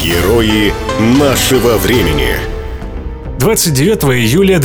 Герои нашего времени. 29 июля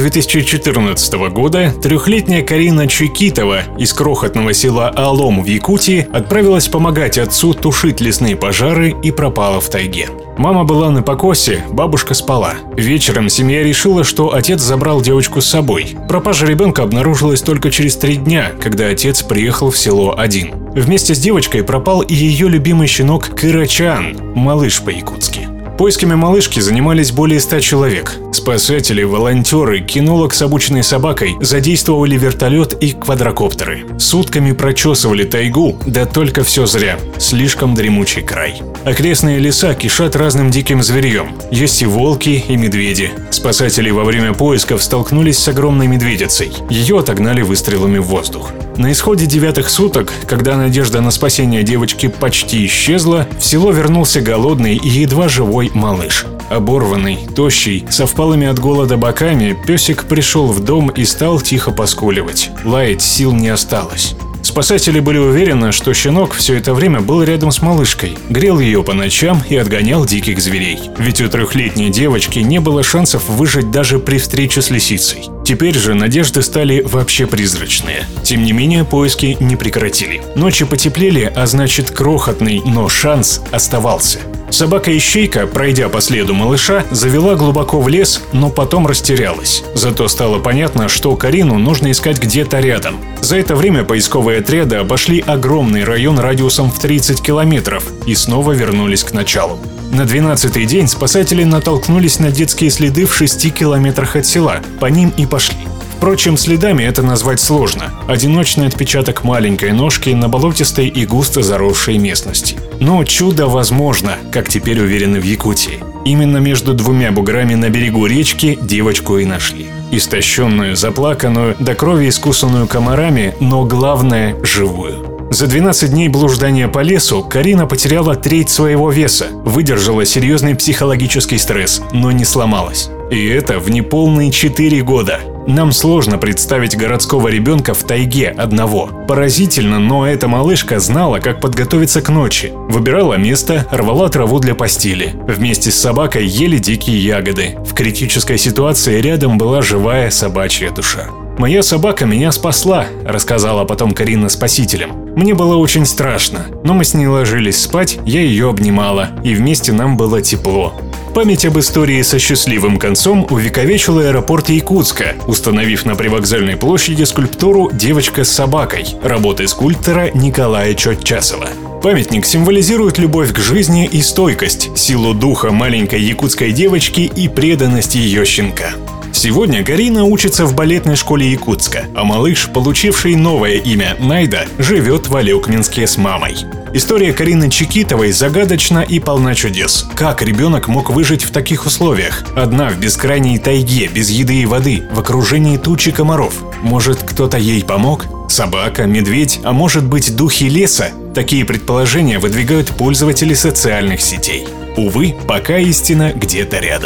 2014 года трехлетняя Карина Чекитова из крохотного села Алом в Якутии отправилась помогать отцу тушить лесные пожары и пропала в тайге. Мама была на покосе, бабушка спала. Вечером семья решила, что отец забрал девочку с собой. Пропажа ребенка обнаружилась только через 3 дня, когда отец приехал в село один. Вместе с девочкой пропал и ее любимый щенок Кырачан, малыш по-якутски. Поисками малышки занимались более 100 человек. Спасатели, волонтеры, кинолог с обученной собакой задействовали вертолет и квадрокоптеры. Сутками прочесывали тайгу, да только все зря. Слишком дремучий край. Окрестные леса кишат разным диким зверьем. Есть и волки, и медведи. Спасатели во время поисков столкнулись с огромной медведицей. Ее отогнали выстрелами в воздух. На исходе 9-х суток, когда надежда на спасение девочки почти исчезла, в село вернулся голодный и едва живой малыш. Оборванный, тощий, со впалыми от голода боками, песик пришел в дом и стал тихо поскуливать. Лаять сил не осталось. Спасатели были уверены, что щенок все это время был рядом с малышкой, грел ее по ночам и отгонял диких зверей. Ведь у 3-летней девочки не было шансов выжить даже при встрече с лисицей. Теперь же надежды стали вообще призрачные. Тем не менее, поиски не прекратили. Ночи потеплели, а значит, крохотный, но шанс оставался. Собака-ищейка, пройдя по следу малыша, завела глубоко в лес, но потом растерялась. Зато стало понятно, что Карину нужно искать где-то рядом. За это время поисковые отряды обошли огромный район радиусом в 30 километров и снова вернулись к началу. На 12-й день спасатели натолкнулись на детские следы в 6 километрах от села. По ним и пошли. Впрочем, следами это назвать сложно. Одиночный отпечаток маленькой ножки на болотистой и густо заросшей местности. Но чудо возможно, как теперь уверены в Якутии. Именно между 2 буграми на берегу речки девочку и нашли. Истощенную, заплаканную, до крови искусанную комарами, но главное – живую. За 12 дней блуждания по лесу Карина потеряла треть своего веса, выдержала серьезный психологический стресс, но не сломалась. И это в неполные 4 года. Нам сложно представить городского ребенка в тайге одного. Поразительно, но эта малышка знала, как подготовиться к ночи. Выбирала место, рвала траву для постели. Вместе с собакой ели дикие ягоды. В критической ситуации рядом была живая собачья душа. «Моя собака меня спасла», — рассказала потом Карина спасителям. «Мне было очень страшно, но мы с ней ложились спать, я ее обнимала, и вместе нам было тепло». Память об истории со счастливым концом увековечил аэропорт Якутска, установив на привокзальной площади скульптуру «Девочка с собакой» работы скульптора Николая Чотчасова. Памятник символизирует любовь к жизни и стойкость, силу духа маленькой якутской девочки и преданность ее щенка. Сегодня Карина учится в балетной школе Якутска, а малыш, получивший новое имя Найда, живет в Алекминске с мамой. История Карины Чекитовой загадочна и полна чудес. Как ребенок мог выжить в таких условиях? Одна в бескрайней тайге, без еды и воды, в окружении тучи комаров. Может, кто-то ей помог? Собака, медведь, а может быть, духи леса? Такие предположения выдвигают пользователи социальных сетей. Увы, пока истина где-то рядом.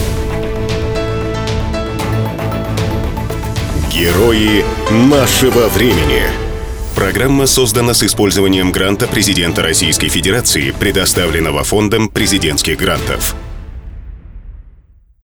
Герои нашего времени. Программа создана с использованием гранта президента Российской Федерации, предоставленного Фондом президентских грантов.